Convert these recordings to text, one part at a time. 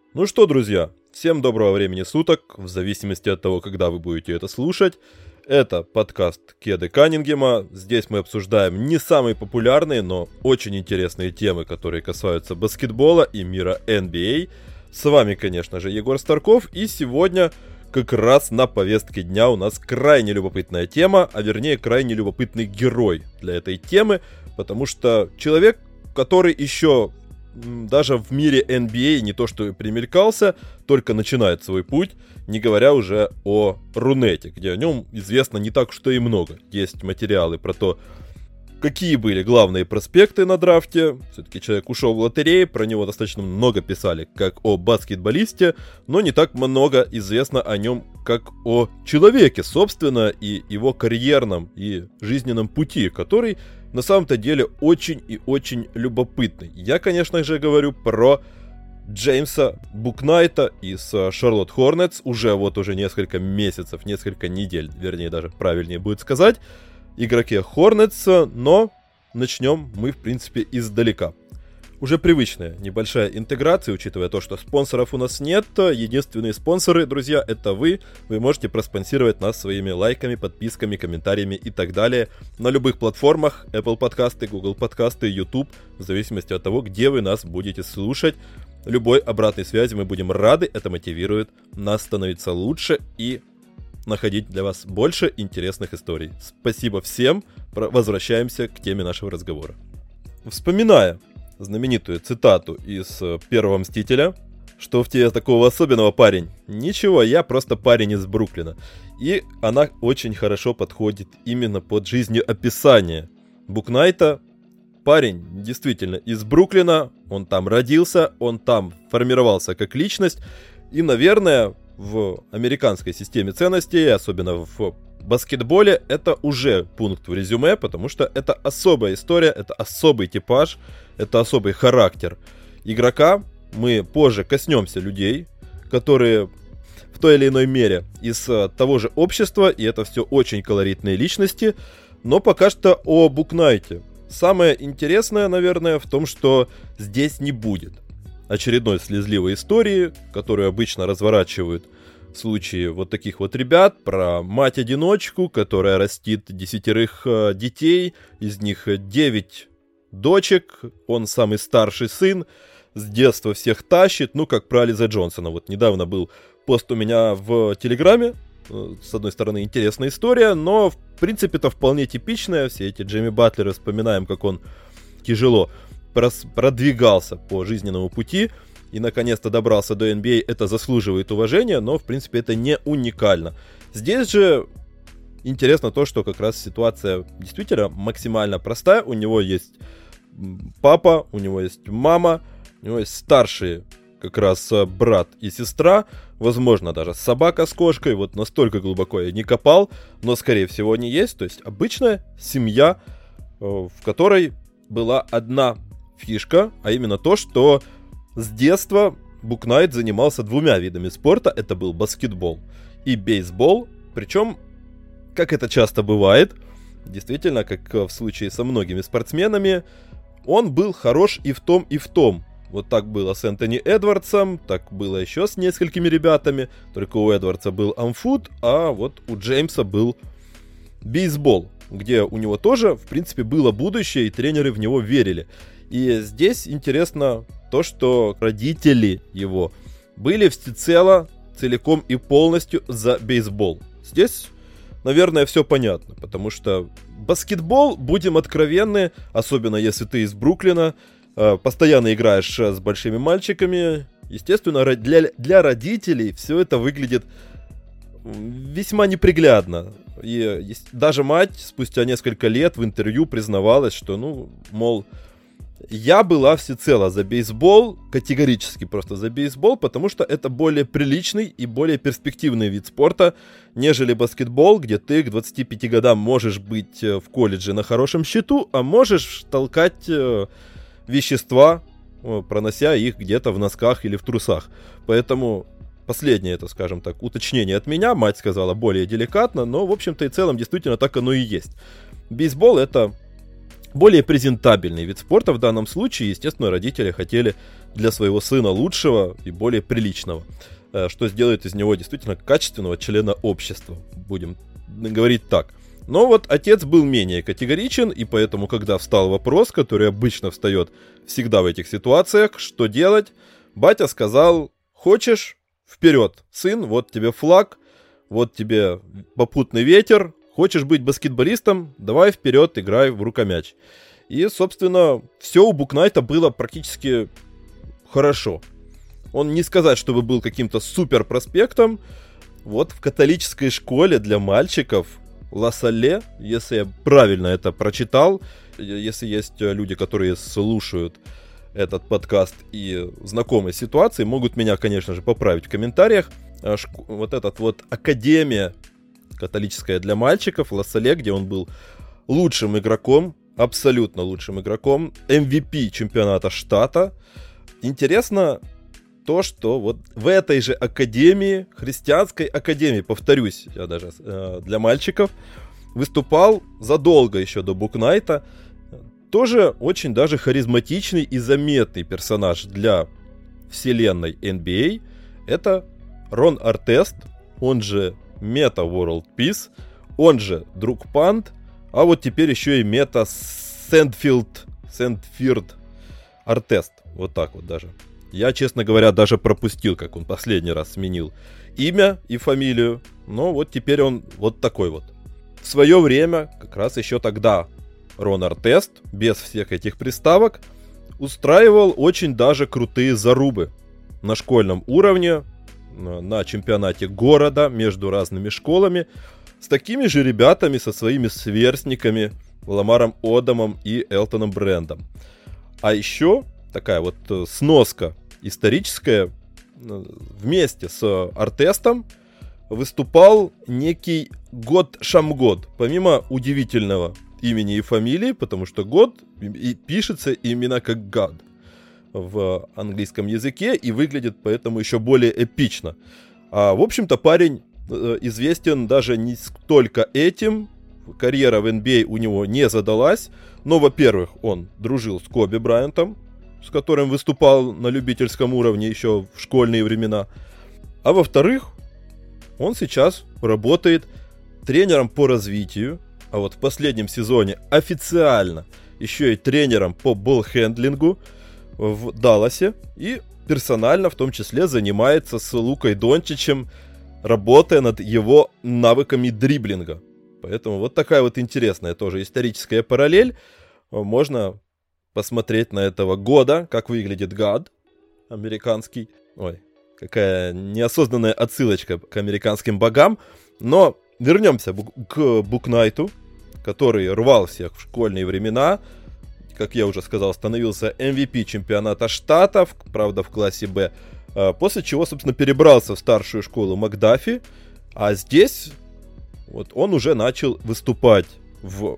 Ну что, друзья, всем доброго времени суток, в зависимости от того, когда вы будете это слушать. Это подкаст Кеды Каннингема. Здесь мы обсуждаем не самые популярные, но очень интересные темы, которые касаются баскетбола и мира NBA. С вами, конечно же, Егор Старков, и сегодня как раз на повестке дня у нас крайне любопытная тема, а вернее крайне любопытный герой для этой темы, потому что человек, который еще даже в мире NBA не то что примелькался, только начинает свой путь, не говоря уже о Рунете, где о нем известно не так уж и много. Есть материалы про то, какие были главные проспекты на драфте. Все-таки человек ушел в лотерею, про него достаточно много писали, как о баскетболисте, но не так много известно о нем, как о человеке, собственно, и его карьерном и жизненном пути, который на самом-то деле очень и очень любопытный. Я, конечно же, говорю про Джеймса Букнайта из Шарлотт Хорнетс. Уже несколько месяцев, несколько недель, вернее даже правильнее будет сказать, игроке Хорнетс, но начнем мы, в принципе, издалека. Уже привычная небольшая интеграция, учитывая то, что спонсоров у нас нет. Единственные спонсоры, друзья, это вы. Вы можете проспонсировать нас своими лайками, подписками, комментариями и так далее на любых платформах. Apple подкасты, Google подкасты, YouTube, в зависимости от того, где вы нас будете слушать. Любой обратной связи мы будем рады. Это мотивирует нас становиться лучше и находить для вас больше интересных историй. Спасибо всем. Возвращаемся к теме нашего разговора. Вспоминая знаменитую цитату из «Первого Мстителя», что в тебе такого особенного, парень? Ничего, я просто парень из Бруклина. И она очень хорошо подходит именно под жизнеописание Букнайта. Парень действительно из Бруклина, он там родился, он там формировался как личность. И, наверное, в американской системе ценностей, особенно в баскетболе, это уже пункт в резюме, потому что это особая история, это особый типаж, это особый характер игрока. Мы позже коснемся людей, которые в той или иной мере из того же общества, и это все очень колоритные личности, но пока что о Букнайте. Самое интересное, наверное, в том, что здесь не будет очередной слезливой истории, которую обычно разворачивают в случае вот таких вот ребят, про мать-одиночку, которая растит 10 детей, из них 9 дочек, он самый старший сын, с детства всех тащит, как про Ализа Джонсона. Вот недавно был пост у меня в Телеграме, с одной стороны интересная история, но в принципе-то вполне типичная, все эти Джимми Батлеры, вспоминаем, как он тяжело продвигался по жизненному пути и наконец-то добрался до NBA, это заслуживает уважения, но в принципе это не уникально. Здесь же интересно то, что как раз ситуация действительно максимально простая. У него есть папа, у него есть мама, у него есть старшие как раз брат и сестра, возможно даже собака с кошкой, вот настолько глубоко я не копал, но скорее всего они есть, то есть обычная семья, в которой была одна фишка, а именно то, что с детства Букнайт занимался двумя видами спорта, это был баскетбол и бейсбол, причем, как это часто бывает, действительно, как в случае со многими спортсменами, он был хорош и в том, и в том. Вот так было с Энтони Эдвардсом, так было еще с несколькими ребятами, только у Эдвардса был амфут, а вот у Джеймса был бейсбол, где у него тоже, в принципе, было будущее, и тренеры в него верили. И здесь интересно то, что родители его были всецело, целиком и полностью за бейсбол. Здесь, наверное, все понятно, потому что баскетбол, будем откровенны, особенно если ты из Бруклина, постоянно играешь с большими мальчиками, естественно, для родителей все это выглядит весьма неприглядно. И даже мать спустя несколько лет в интервью признавалась, что, мол, я была всецело за бейсбол, категорически просто за бейсбол, потому что это более приличный и более перспективный вид спорта, нежели баскетбол, где ты к 25 годам можешь быть в колледже на хорошем счету, а можешь толкать вещества, пронося их где-то в носках или в трусах. Поэтому последнее, это, скажем так, уточнение от меня, мать сказала более деликатно, но в общем-то и целом действительно так оно и есть. Бейсбол — это более презентабельный вид спорта в данном случае. Естественно, родители хотели для своего сына лучшего и более приличного, что сделает из него действительно качественного члена общества, будем говорить так. Но вот отец был менее категоричен, и поэтому, когда встал вопрос, который обычно встает всегда в этих ситуациях, что делать, батя сказал: хочешь, вперед, сын, вот тебе флаг, вот тебе попутный ветер, хочешь быть баскетболистом, давай вперед, играй в рукомяч. И, собственно, все у Букнайта было практически хорошо. Он не сказать, чтобы был каким-то супер проспектом. Вот в католической школе для мальчиков Ла-Салле, если я правильно это прочитал, если есть люди, которые слушают этот подкаст и знакомы с ситуацией, могут меня, конечно же, поправить в комментариях. Вот этот вот академия католическая для мальчиков Ла-Салле, где он был лучшим игроком, абсолютно лучшим игроком, MVP чемпионата штата. Интересно то, что вот в этой же академии, христианской академии, повторюсь, я даже для мальчиков, выступал задолго еще до Букнайта тоже очень даже харизматичный и заметный персонаж для вселенной NBA. Это Рон Артест, он же Мета World Peace, он же Друг Пант, а вот теперь еще и Мета Сэндфилд Артест. Вот так вот даже. Я, честно говоря, даже пропустил, как он последний раз сменил имя и фамилию. Но вот теперь он вот такой вот. В свое время, как раз еще тогда, Рон Артест, без всех этих приставок, устраивал очень даже крутые зарубы на школьном уровне, на чемпионате города, между разными школами, с такими же ребятами, со своими сверстниками Ламаром Одомом и Элтоном Брэндом. А еще такая вот сноска историческая: вместе с Артестом выступал некий Год Шамгод, помимо удивительного имени и фамилии, потому что Год и пишется именно как God в английском языке и выглядит поэтому еще более эпично. А в общем-то парень известен даже не столько этим, карьера в NBA у него не задалась, но, во-первых, он дружил с Коби Брайантом, с которым выступал на любительском уровне еще в школьные времена. А во-вторых, он сейчас работает тренером по развитию, а вот в последнем сезоне официально еще и тренером по болл-хендлингу в Далласе. И персонально в том числе занимается с Лукой Дончичем, работая над его навыками дриблинга. Поэтому вот такая вот интересная тоже историческая параллель. Можно посмотреть на этого Года, как выглядит гад американский. Ой, какая неосознанная отсылочка к американским богам. Но вернемся к Букнайту, который рвал всех в школьные времена. Как я уже сказал, становился MVP чемпионата штата, правда в классе Б. После чего, собственно, перебрался в старшую школу Макдафи. А здесь вот он уже начал выступать в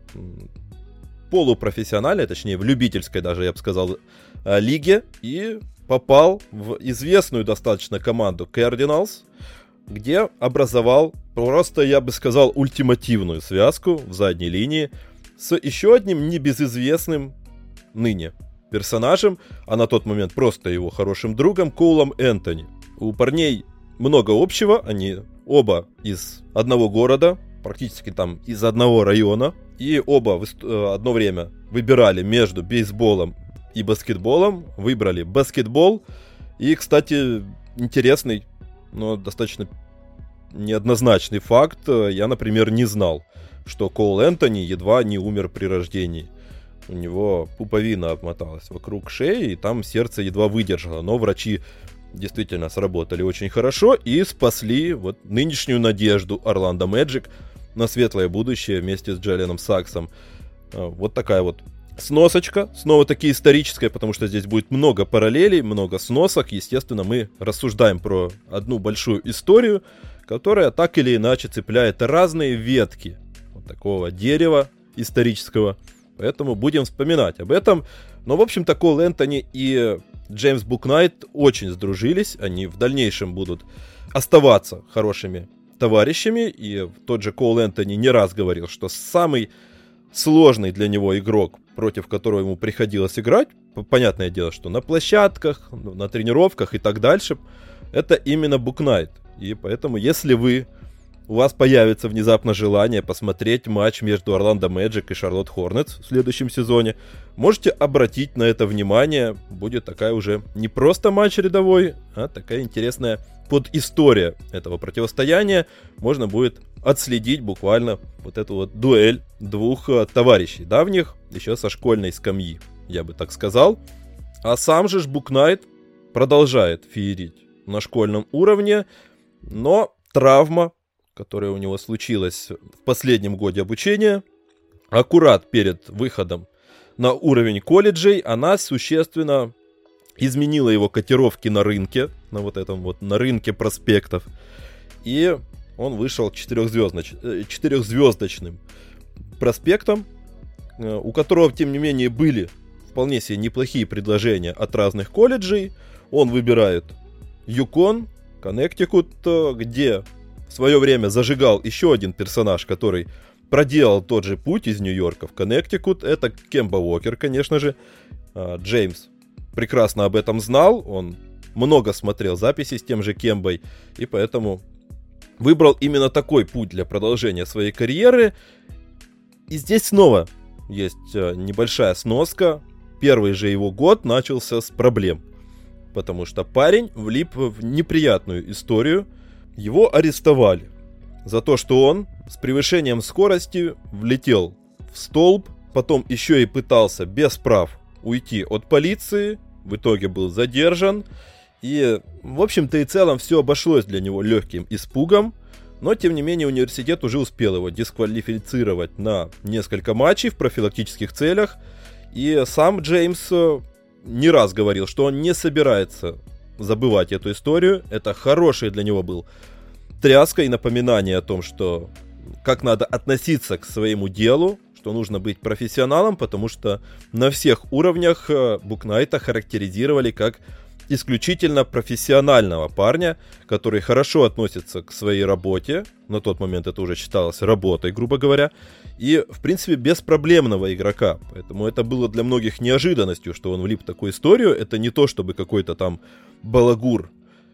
полупрофессиональной, точнее в любительской даже, я бы сказал, лиге. И попал в известную достаточно команду Cardinals, где образовал просто, я бы сказал, ультимативную связку в задней линии с еще одним небезызвестным ныне персонажем, а на тот момент просто его хорошим другом, Коулом Энтони. У парней много общего, они оба из одного города, практически там из одного района, и оба одно время выбирали между бейсболом и баскетболом, выбрали баскетбол. И, кстати, интересный, но достаточно неоднозначный факт, я, например, не знал, что Коул Энтони едва не умер при рождении. У него пуповина обмоталась вокруг шеи, и там сердце едва выдержало. Но врачи действительно сработали очень хорошо и спасли вот нынешнюю надежду Орландо Мэджик на светлое будущее вместе с Джаленом Саксом. Вот такая вот сносочка, снова-таки историческая, потому что здесь будет много параллелей, много сносок. Естественно, мы рассуждаем про одну большую историю, которая так или иначе цепляет разные ветки вот такого дерева исторического. Поэтому будем вспоминать об этом. Но, в общем-то, Коул Энтони и Джеймс Букнайт очень сдружились. Они в дальнейшем будут оставаться хорошими товарищами. И тот же Коул Энтони не раз говорил, что самый сложный для него игрок, против которого ему приходилось играть, понятное дело, что на площадках, на тренировках и так дальше, это именно Bouknight. И поэтому, если у вас появится внезапно желание посмотреть матч между Орландо Мэджик и Шарлотт Хорнетс в следующем сезоне, можете обратить на это внимание. Будет такая уже не просто матч рядовой, а такая интересная подистория этого противостояния. Можно будет отследить буквально вот эту вот дуэль двух товарищей давних, еще со школьной скамьи, я бы так сказал. А сам же Bouknight продолжает феерить на школьном уровне, но травма, которая у него случилась в последнем годе обучения, аккурат перед выходом на уровень колледжей, она существенно изменила его котировки на рынке, на вот этом вот, на рынке проспектов. И он вышел четырехзвездочным проспектом, у которого, тем не менее, были вполне себе неплохие предложения от разных колледжей. Он выбирает Юкон, Коннектикут, где в свое время зажигал еще один персонаж, который проделал тот же путь из Нью-Йорка в Коннектикут. Это Кемба Уокер, конечно же. Джеймс прекрасно об этом знал. Он много смотрел записей с тем же Кембой. И поэтому выбрал именно такой путь для продолжения своей карьеры. И здесь снова есть небольшая сноска. Первый же его год начался с проблем. Потому что парень влип в неприятную историю. Его арестовали за то, что он с превышением скорости влетел в столб, потом еще и пытался без прав уйти от полиции, в итоге был задержан, и в общем-то и целом все обошлось для него легким испугом, но тем не менее университет уже успел его дисквалифицировать на несколько матчей в профилактических целях, и сам Джеймс не раз говорил, что он не собирается забывать эту историю. Это хороший для него был тряска и напоминание о том, что как надо относиться к своему делу, что нужно быть профессионалом, потому что на всех уровнях Bouknighta характеризировали как исключительно профессионального парня, который хорошо относится к своей работе, на тот момент это уже считалось работой, грубо говоря, и, в принципе, беспроблемного игрока. Поэтому это было для многих неожиданностью, что он влип в такую историю. Это не то, чтобы какой-то там балагур,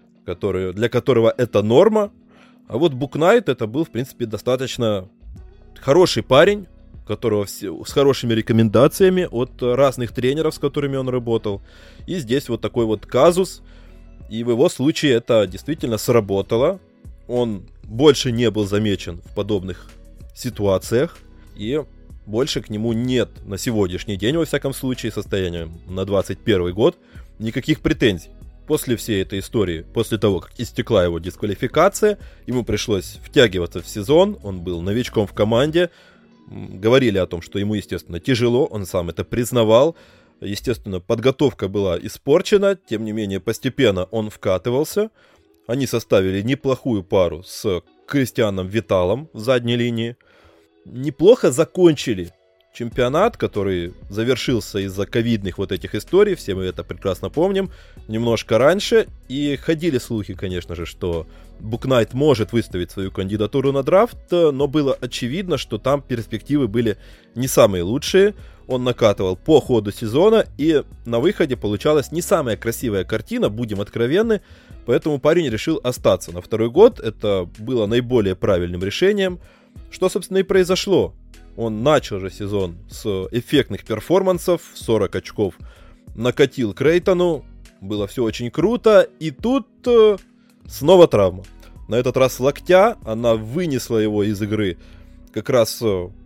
для которого это норма. А вот Bouknight это был, в принципе, достаточно хороший парень, которого с хорошими рекомендациями от разных тренеров, с которыми он работал. И здесь вот такой вот казус. И в его случае это действительно сработало. Он больше не был замечен в подобных ситуациях. И больше к нему нет на сегодняшний день, во всяком случае, состоянием на 2021 год, никаких претензий. После всей этой истории, после того, как истекла его дисквалификация, ему пришлось втягиваться в сезон, он был новичком в команде. Говорили о том, что ему, естественно, тяжело, он сам это признавал. Естественно, подготовка была испорчена, тем не менее, постепенно он вкатывался. Они составили неплохую пару с Кристианом Виталом в задней линии. Неплохо закончили чемпионат, который завершился из-за ковидных вот этих историй, все мы это прекрасно помним, немножко раньше. И ходили слухи, конечно же, что Bouknight может выставить свою кандидатуру на драфт, но было очевидно, что там перспективы были не самые лучшие. Он накатывал по ходу сезона, и на выходе получалась не самая красивая картина, будем откровенны, поэтому парень решил остаться на второй год. Это было наиболее правильным решением, что, собственно, и произошло. Он начал же сезон с эффектных перформансов, 40 очков накатил Крейтону, было все очень круто, и тут снова травма. На этот раз локтя, она вынесла его из игры как раз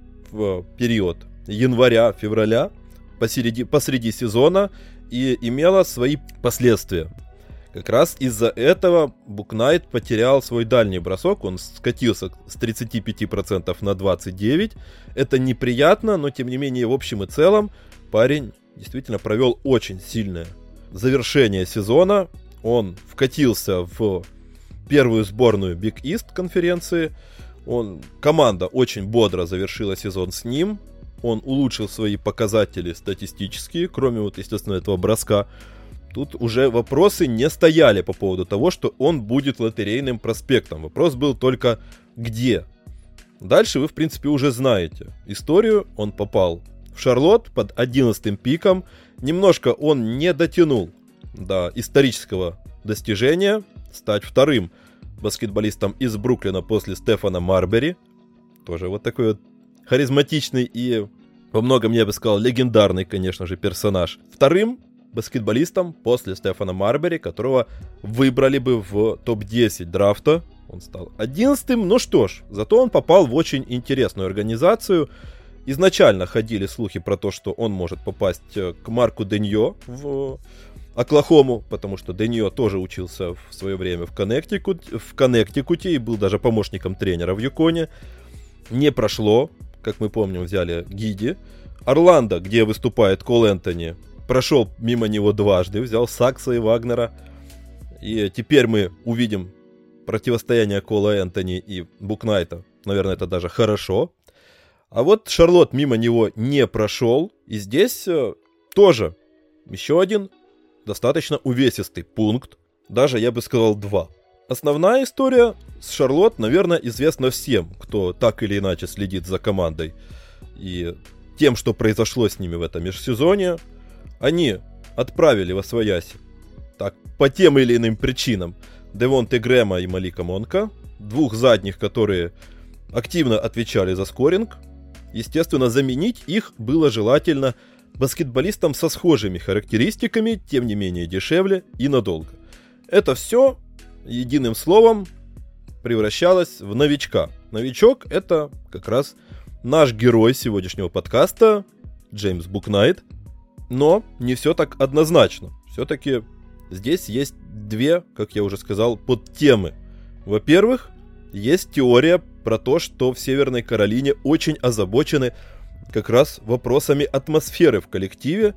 в период января-февраля, посреди сезона, и имела свои последствия. Как раз из-за этого Bouknight потерял свой дальний бросок, он скатился с 35% на 29%. Это неприятно, но тем не менее в общем и целом парень действительно провел очень сильное завершение сезона. Он вкатился в первую сборную Big East конференции. Команда очень бодро завершила сезон с ним. Он улучшил свои показатели статистические, кроме вот, естественно, этого броска. Тут уже вопросы не стояли по поводу того, что он будет лотерейным проспектом. Вопрос был только где. Дальше вы, в принципе, уже знаете историю. Он попал в Шарлотт под 11-м пиком. Немножко он не дотянул до исторического достижения стать вторым баскетболистом из Бруклина после Стефана Марбери. Тоже вот такой вот харизматичный и во многом, я бы сказал, легендарный, конечно же, персонаж. Вторым баскетболистом после Стефана Марбери, которого выбрали бы в топ-10 драфта. Он стал 11-м. Ну что ж, зато он попал в очень интересную организацию. Изначально ходили слухи про то, что он может попасть к Марку Деньо в Оклахому, потому что Деньо тоже учился в свое время в Коннектикуте и был даже помощником тренера в Юконе. Не прошло. Как мы помним, взяли Гиди. Орландо, где выступает Кол Энтони, прошел мимо него дважды, взял Сакса и Вагнера. И теперь мы увидим противостояние Кола Энтони и Букнайта. Наверное, это даже хорошо. А вот Шарлотт мимо него не прошел. И здесь тоже еще один достаточно увесистый пункт. Даже, я бы сказал, 2. Основная история с Шарлотт, наверное, известна всем, кто так или иначе следит за командой и тем, что произошло с ними в этом межсезонье. Они отправили восвояси, так, по тем или иным причинам, Девонте Грэма и Малика Монка, 2 задних, которые активно отвечали за скоринг. Естественно, заменить их было желательно баскетболистам со схожими характеристиками, тем не менее дешевле и надолго. Это все единым словом превращалось в новичка. Новичок — это как раз наш герой сегодняшнего подкаста, Джеймс Букнайт. Но не все так однозначно. Все-таки здесь есть 2, как я уже сказал, подтемы. Во-первых, есть теория про то, что в Северной Каролине очень озабочены как раз вопросами атмосферы в коллективе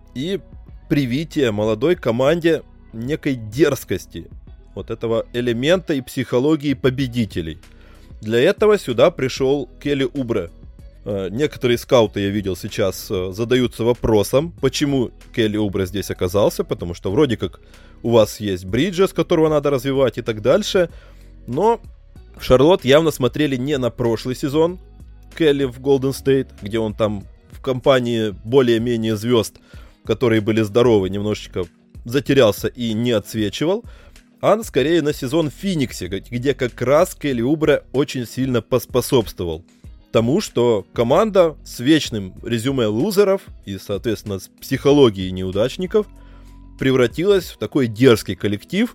и привития молодой команде некой дерзкости, вот этого элемента и психологии победителей. Для этого сюда пришел Келли Убре. Некоторые скауты, я видел сейчас, задаются вопросом, почему Келли Убре здесь оказался, потому что вроде как у вас есть Бриджес, которого надо развивать и так дальше, но в Шарлотт явно смотрели не на прошлый сезон Келли в Голден Стейт, где он там в компании более-менее звезд, которые были здоровы, немножечко затерялся и не отсвечивал, а скорее на сезон в Фениксе, где как раз Келли Убре очень сильно поспособствовал тому, что команда с вечным резюме лузеров и, соответственно, с психологией неудачников превратилась в такой дерзкий коллектив,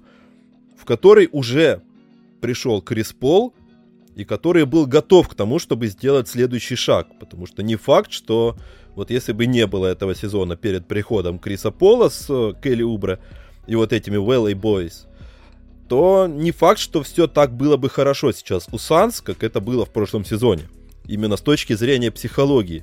в который уже пришел Крис Пол и который был готов к тому, чтобы сделать следующий шаг. Потому что не факт, что вот если бы не было этого сезона перед приходом Криса Пола с Келли Убре и вот этими LA Boys, то не факт, что все так было бы хорошо сейчас у Санс, как это было в прошлом сезоне. Именно с точки зрения психологии.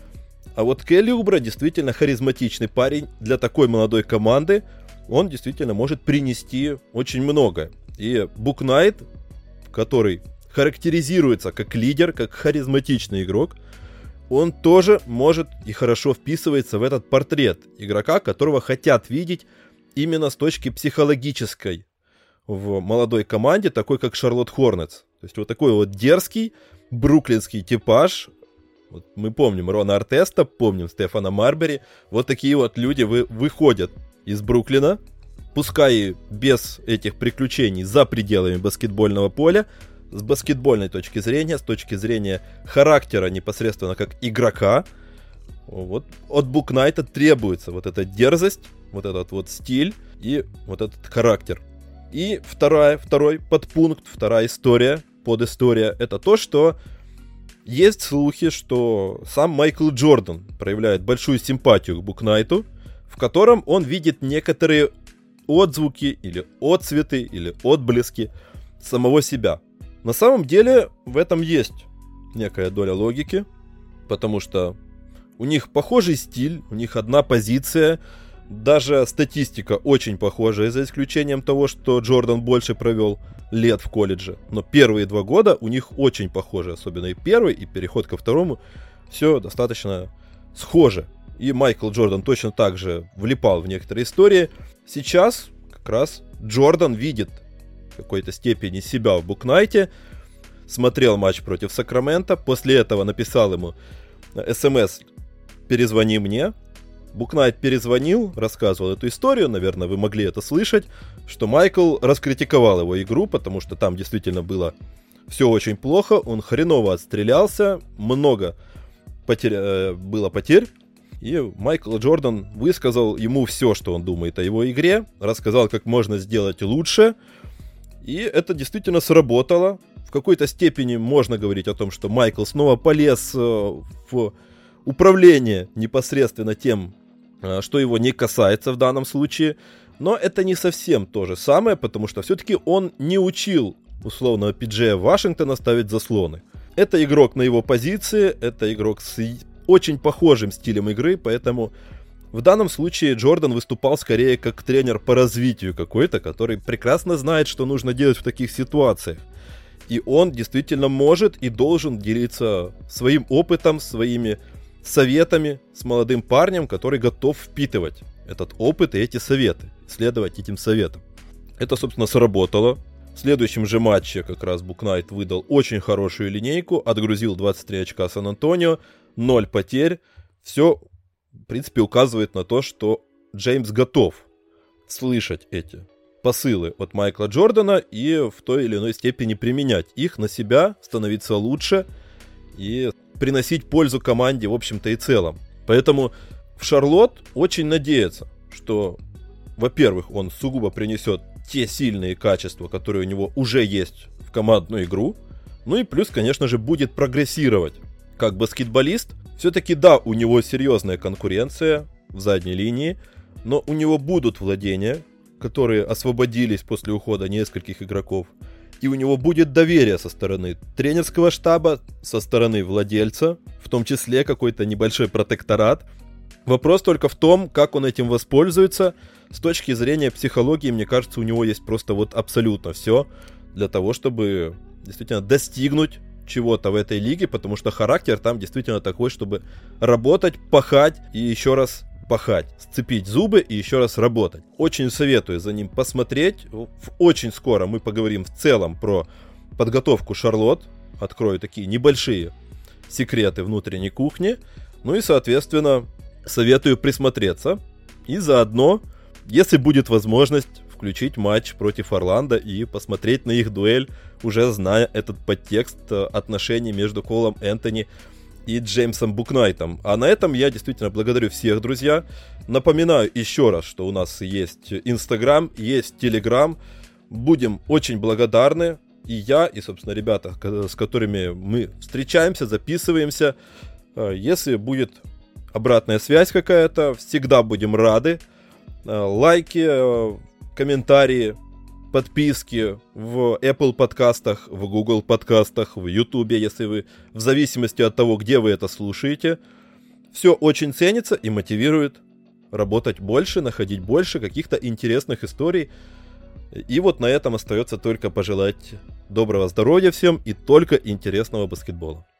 А вот Келли Убре действительно харизматичный парень для такой молодой команды. Он действительно может принести очень много. И Букнайт, который характеризуется как лидер, как харизматичный игрок, он тоже может и хорошо вписывается в этот портрет игрока, которого хотят видеть именно с точки психологической в молодой команде, такой как Шарлотт Хорнетс. То есть вот такой вот дерзкий бруклинский типаж. Вот мы помним Рона Артеста, помним Стефана Марбери. Вот такие вот люди выходят из Бруклина, пускай и без этих приключений за пределами баскетбольного поля, с баскетбольной точки зрения, с точки зрения характера непосредственно как игрока. Вот от Букнайта требуется вот эта дерзость, вот этот вот стиль и вот этот характер. И второй подпункт, вторая история, подистория, это то, что есть слухи, что сам Майкл Джордан проявляет большую симпатию к Букнайту, в котором он видит некоторые отзвуки или отцветы или отблески самого себя. На самом деле в этом есть некая доля логики, потому что у них похожий стиль, у них одна позиция, даже статистика очень похожая, за исключением того, что Джордан больше провел лет в колледже. Но первые 2 года у них очень похожи, особенно и первый, и переход ко второму. Все достаточно схоже. И Майкл Джордан точно так же влипал в некоторые истории. Сейчас как раз Джордан видит в какой-то степени себя в Букнайте. смотрел матч против Сакрамента, после этого написал ему СМС «Перезвони мне». Букнайт перезвонил, рассказывал эту историю, наверное, вы могли это слышать, что Майкл раскритиковал его игру, потому что там действительно было все очень плохо, он хреново отстрелялся, много было потерь, и Майкл Джордан высказал ему все, что он думает о его игре, рассказал, как можно сделать лучше, и это действительно сработало. В какой-то степени можно говорить о том, что Майкл снова полез в управление непосредственно тем, что его не касается в данном случае, но это не совсем то же самое, потому что все-таки он не учил условного Пи-Джея Вашингтона ставить заслоны. Это игрок на его позиции, это игрок с очень похожим стилем игры, поэтому в данном случае Джордан выступал скорее как тренер по развитию какой-то, который прекрасно знает, что нужно делать в таких ситуациях. И он действительно может и должен делиться своим опытом, своими советами с молодым парнем, который готов впитывать этот опыт и эти советы, следовать этим советам. Это, собственно, сработало. В следующем же матче как раз Букнайт выдал очень хорошую линейку, отгрузил 23 очка Сан-Антонио, 0 потерь. Все, в принципе, указывает на то, что Джеймс готов слышать эти посылы от Майкла Джордана и в той или иной степени применять их на себя, становиться лучше и приносить пользу команде в общем-то и целом. Поэтому в Шарлотт очень надеется, что, во-первых, он сугубо принесет те сильные качества, которые у него уже есть в командную игру, ну и плюс, конечно же, будет прогрессировать как баскетболист. Все-таки да, у него серьезная конкуренция в задней линии, но у него будут владения, которые освободились после ухода нескольких игроков. И у него будет доверие со стороны тренерского штаба, со стороны владельца, в том числе какой-то небольшой протекторат. Вопрос только в том, как он этим воспользуется. С точки зрения психологии, мне кажется, у него есть просто вот абсолютно все для того, чтобы действительно достигнуть чего-то в этой лиге, потому что характер там действительно такой, чтобы работать, пахать и еще раз пахать, сцепить зубы и еще раз работать. Очень советую за ним посмотреть. Очень скоро мы поговорим в целом про подготовку Шарлотт. Открою такие небольшие секреты внутренней кухни. Ну и, соответственно, советую присмотреться. И заодно, если будет возможность, включить матч против Орландо и посмотреть на их дуэль, уже зная этот подтекст отношений между Колом Энтони и Джеймсом Букнайтом. А на этом я действительно благодарю всех, друзья. Напоминаю еще раз, что у нас есть Инстаграм, есть Телеграм. Будем очень благодарны. И я, и, собственно, ребята, с которыми мы встречаемся, записываемся. Если будет обратная связь какая-то, всегда будем рады. Лайки, комментарии, подписки в Apple подкастах, в Google подкастах, в YouTube, если вы, в зависимости от того, где вы это слушаете. Все очень ценится и мотивирует работать больше, находить больше каких-то интересных историй. И вот на этом остается только пожелать доброго здоровья всем и только интересного баскетбола.